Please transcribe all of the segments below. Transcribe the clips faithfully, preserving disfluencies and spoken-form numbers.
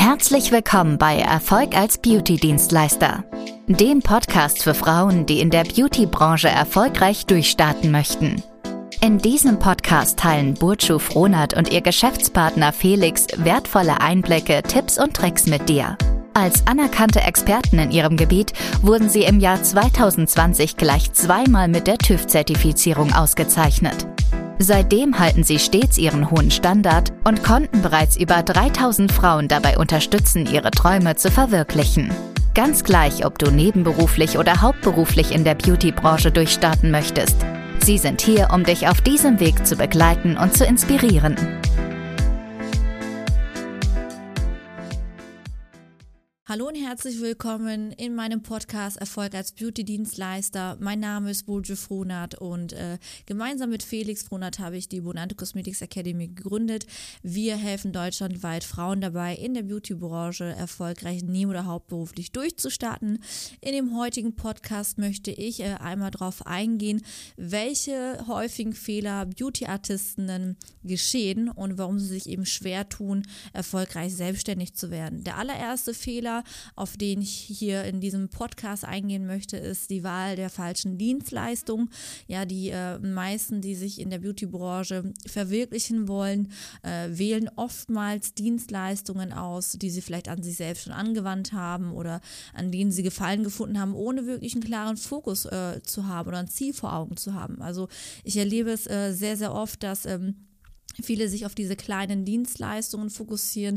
Herzlich willkommen bei Erfolg als Beauty-Dienstleister, dem Podcast für Frauen, die in der Beauty-Branche erfolgreich durchstarten möchten. In diesem Podcast teilen Burcu Frohnert und ihr Geschäftspartner Felix wertvolle Einblicke, Tipps und Tricks mit dir. Als anerkannte Experten in ihrem Gebiet wurden sie im Jahr zwanzig zwanzig gleich zweimal mit der TÜV-Zertifizierung ausgezeichnet. Seitdem halten sie stets ihren hohen Standard und konnten bereits über dreitausend Frauen dabei unterstützen, ihre Träume zu verwirklichen. Ganz gleich, ob du nebenberuflich oder hauptberuflich in der Beauty-Branche durchstarten möchtest. Sie sind hier, um dich auf diesem Weg zu begleiten und zu inspirieren. Hallo und herzlich willkommen in meinem Podcast Erfolg als Beauty-Dienstleister. Mein Name ist Burcu Frohnert und äh, gemeinsam mit Felix Frohnert habe ich die Bonante Cosmetics Academy gegründet. Wir helfen deutschlandweit Frauen dabei, in der Beauty-Branche erfolgreich neben- oder hauptberuflich durchzustarten. In dem heutigen Podcast möchte ich äh, einmal darauf eingehen, welche häufigen Fehler Beauty-Artistinnen geschehen und warum sie sich eben schwer tun, erfolgreich selbstständig zu werden. Der allererste Fehler, auf den ich hier in diesem Podcast eingehen möchte, ist die Wahl der falschen Dienstleistung. Ja, die äh, meisten, die sich in der Beauty-Branche verwirklichen wollen, äh, wählen oftmals Dienstleistungen aus, die sie vielleicht an sich selbst schon angewandt haben oder an denen sie Gefallen gefunden haben, ohne wirklich einen klaren Fokus äh, zu haben oder ein Ziel vor Augen zu haben. Also ich erlebe es äh, sehr, sehr oft, dass ähm, viele sich auf diese kleinen Dienstleistungen fokussieren,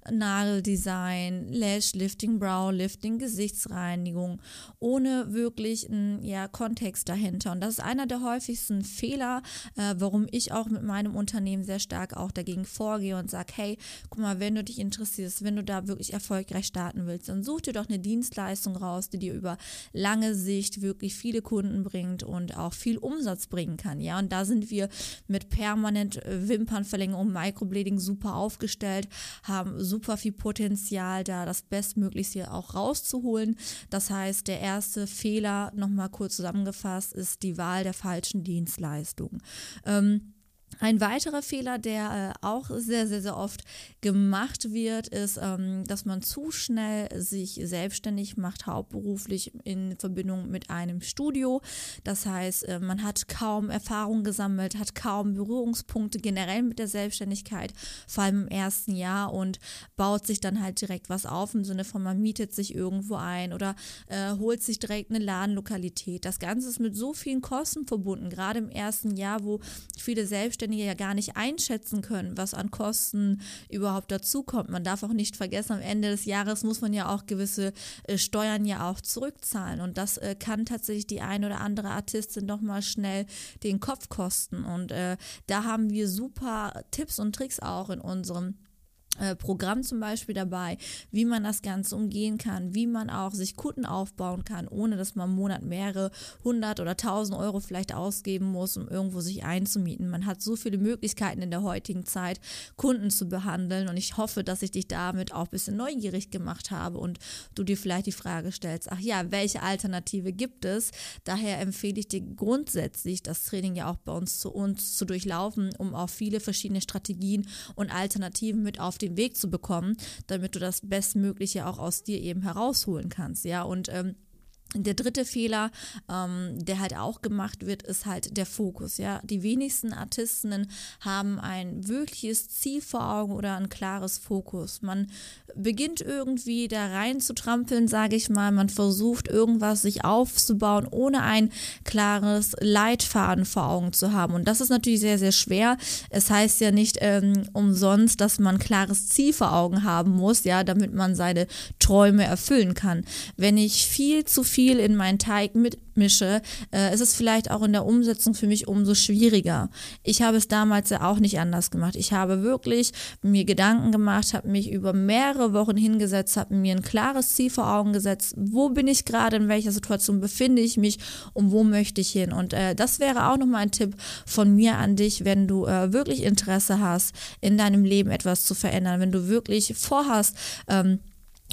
Nageldesign, Lashlifting, Browlifting, Gesichtsreinigung, ohne wirklich einen ja, Kontext dahinter. Und das ist einer der häufigsten Fehler, äh, warum ich auch mit meinem Unternehmen sehr stark auch dagegen vorgehe und sage, hey, guck mal, wenn du dich interessierst, wenn du da wirklich erfolgreich starten willst, dann such dir doch eine Dienstleistung raus, die dir über lange Sicht wirklich viele Kunden bringt und auch viel Umsatz bringen kann. Ja, und da sind wir mit permanent äh, Wimpernverlängerung, Microblading super aufgestellt, haben super viel Potenzial, da das Bestmöglichste auch rauszuholen. Das heißt, der erste Fehler, nochmal kurz zusammengefasst, ist die Wahl der falschen Dienstleistung. Ähm, Ein weiterer Fehler, der äh, auch sehr, sehr, sehr oft gemacht wird, ist, ähm, dass man zu schnell sich selbstständig macht, hauptberuflich in Verbindung mit einem Studio. Das heißt, äh, man hat kaum Erfahrung gesammelt, hat kaum Berührungspunkte generell mit der Selbstständigkeit, vor allem im ersten Jahr, und baut sich dann halt direkt was auf, im Sinne von, man mietet sich irgendwo ein oder äh, holt sich direkt eine Ladenlokalität. Das Ganze ist mit so vielen Kosten verbunden, gerade im ersten Jahr, wo viele Selbstständige ja gar nicht einschätzen können, was an Kosten überhaupt dazukommt. Man darf auch nicht vergessen, am Ende des Jahres muss man ja auch gewisse äh, Steuern ja auch zurückzahlen, und das äh, kann tatsächlich die ein oder andere Artistin doch mal schnell den Kopf kosten, und äh, da haben wir super Tipps und Tricks auch in unserem Programm zum Beispiel dabei, wie man das Ganze umgehen kann, wie man auch sich Kunden aufbauen kann, ohne dass man im Monat mehrere hundert oder tausend Euro vielleicht ausgeben muss, um irgendwo sich einzumieten. Man hat so viele Möglichkeiten in der heutigen Zeit, Kunden zu behandeln, und ich hoffe, dass ich dich damit auch ein bisschen neugierig gemacht habe und du dir vielleicht die Frage stellst, ach ja, welche Alternative gibt es? Daher empfehle ich dir grundsätzlich, das Training ja auch bei uns zu uns zu durchlaufen, um auch viele verschiedene Strategien und Alternativen mit auf den Weg zu bekommen, damit du das Bestmögliche auch aus dir eben herausholen kannst, ja, und ähm, der dritte Fehler, ähm, der halt auch gemacht wird, ist halt der Fokus, ja. Die wenigsten Artistinnen haben ein wirkliches Ziel vor Augen oder ein klares Fokus. Man beginnt irgendwie da rein zu trampeln, sage ich mal. Man versucht irgendwas sich aufzubauen, ohne ein klares Leitfaden vor Augen zu haben. Und das ist natürlich sehr, sehr schwer. Es heißt ja nicht ähm, umsonst, dass man ein klares Ziel vor Augen haben muss, ja, damit man seine Träume erfüllen kann. Wenn ich viel zu viel viel in meinen Teig mitmische, äh, ist es vielleicht auch in der Umsetzung für mich umso schwieriger. Ich habe es damals ja auch nicht anders gemacht. Ich habe wirklich mir Gedanken gemacht, habe mich über mehrere Wochen hingesetzt, habe mir ein klares Ziel vor Augen gesetzt. Wo bin ich gerade, in welcher Situation befinde ich mich und wo möchte ich hin? Und äh, das wäre auch nochmal ein Tipp von mir an dich, wenn du äh, wirklich Interesse hast, in deinem Leben etwas zu verändern, wenn du wirklich vorhast, ähm,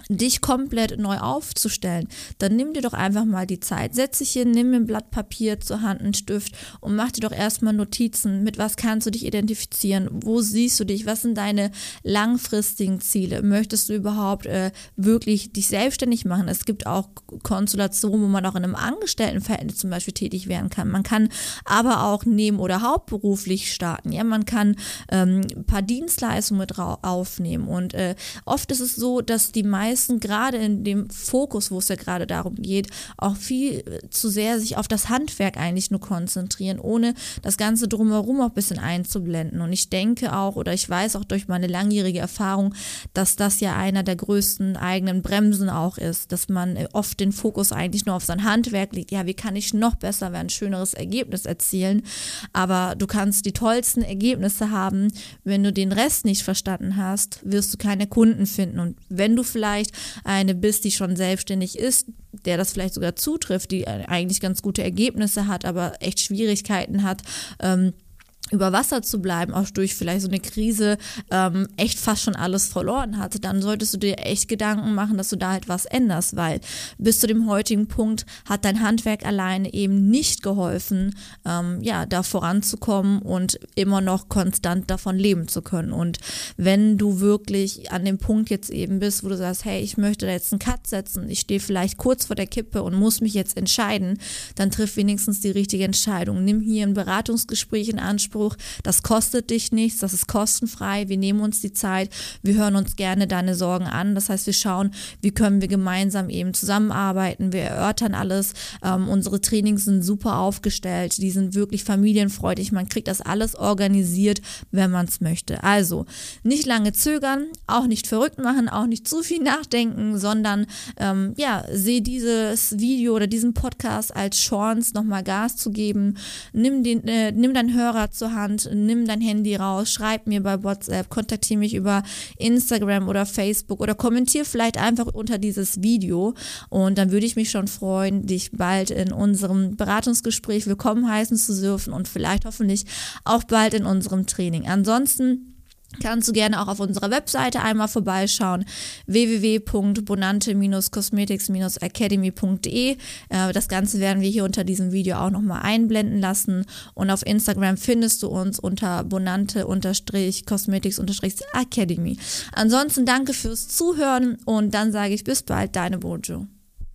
dich komplett neu aufzustellen, dann nimm dir doch einfach mal die Zeit. Setz dich hin, nimm ein Blatt Papier zur Hand, einen Stift und mach dir doch erstmal Notizen. Mit was kannst du dich identifizieren? Wo siehst du dich? Was sind deine langfristigen Ziele? Möchtest du überhaupt äh, wirklich dich selbstständig machen? Es gibt auch Konstellationen, wo man auch in einem Angestelltenverhältnis zum Beispiel tätig werden kann. Man kann aber auch neben- oder hauptberuflich starten. Ja, man kann ähm, ein paar Dienstleistungen mit aufnehmen und äh, oft ist es so, dass die meisten gerade in dem Fokus, wo es ja gerade darum geht, auch viel zu sehr sich auf das Handwerk eigentlich nur konzentrieren, ohne das Ganze drumherum auch ein bisschen einzublenden. Und ich denke auch, oder ich weiß auch durch meine langjährige Erfahrung, dass das ja einer der größten eigenen Bremsen auch ist, dass man oft den Fokus eigentlich nur auf sein Handwerk legt. Ja, wie kann ich noch besser werden, ein schöneres Ergebnis erzielen? Aber du kannst die tollsten Ergebnisse haben, wenn du den Rest nicht verstanden hast, wirst du keine Kunden finden. Und wenn du vielleicht eine bist, die schon selbstständig ist, der das vielleicht sogar zutrifft, die eigentlich ganz gute Ergebnisse hat, aber echt Schwierigkeiten hat, ähm, über Wasser zu bleiben, auch durch vielleicht so eine Krise ähm, echt fast schon alles verloren hatte, dann solltest du dir echt Gedanken machen, dass du da halt was änderst, weil bis zu dem heutigen Punkt hat dein Handwerk alleine eben nicht geholfen, ähm, ja, da voranzukommen und immer noch konstant davon leben zu können. Und wenn du wirklich an dem Punkt jetzt eben bist, wo du sagst, hey, ich möchte da jetzt einen Cut setzen, ich stehe vielleicht kurz vor der Kippe und muss mich jetzt entscheiden, dann triff wenigstens die richtige Entscheidung. Nimm hier ein Beratungsgespräch in Anspruch. Das kostet dich nichts, das ist kostenfrei, wir nehmen uns die Zeit, wir hören uns gerne deine Sorgen an, das heißt, wir schauen, wie können wir gemeinsam eben zusammenarbeiten, wir erörtern alles, ähm, unsere Trainings sind super aufgestellt, die sind wirklich familienfreundlich, man kriegt das alles organisiert, wenn man es möchte. Also, nicht lange zögern, auch nicht verrückt machen, auch nicht zu viel nachdenken, sondern ähm, ja, sehe dieses Video oder diesen Podcast als Chance, nochmal Gas zu geben, nimm, den, äh, nimm deinen Hörer zur Hand, nimm dein Handy raus, schreib mir bei WhatsApp, kontaktiere mich über Instagram oder Facebook oder kommentiere vielleicht einfach unter dieses Video und dann würde ich mich schon freuen, dich bald in unserem Beratungsgespräch willkommen heißen zu dürfen und vielleicht hoffentlich auch bald in unserem Training. Ansonsten kannst du gerne auch auf unserer Webseite einmal vorbeischauen, w w w punkt bonante cosmetics academy punkt de. Das Ganze werden wir hier unter diesem Video auch nochmal einblenden lassen und auf Instagram findest du uns unter bonante cosmetics academy. Ansonsten danke fürs Zuhören und dann sage ich bis bald, deine Bojo.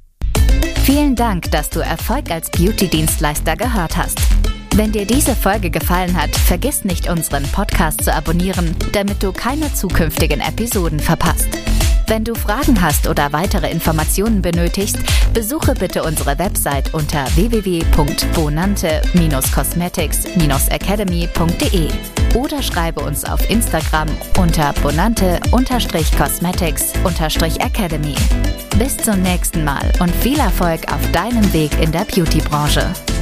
Vielen Dank, dass du Erfolg als Beauty-Dienstleister gehört hast. Wenn dir diese Folge gefallen hat, vergiss nicht, unseren Podcast zu abonnieren, damit du keine zukünftigen Episoden verpasst. Wenn du Fragen hast oder weitere Informationen benötigst, besuche bitte unsere Website unter w w w punkt bonante cosmetics academy punkt de oder schreibe uns auf Instagram unter bonante cosmetics academy. Bis zum nächsten Mal und viel Erfolg auf deinem Weg in der Beauty-Branche.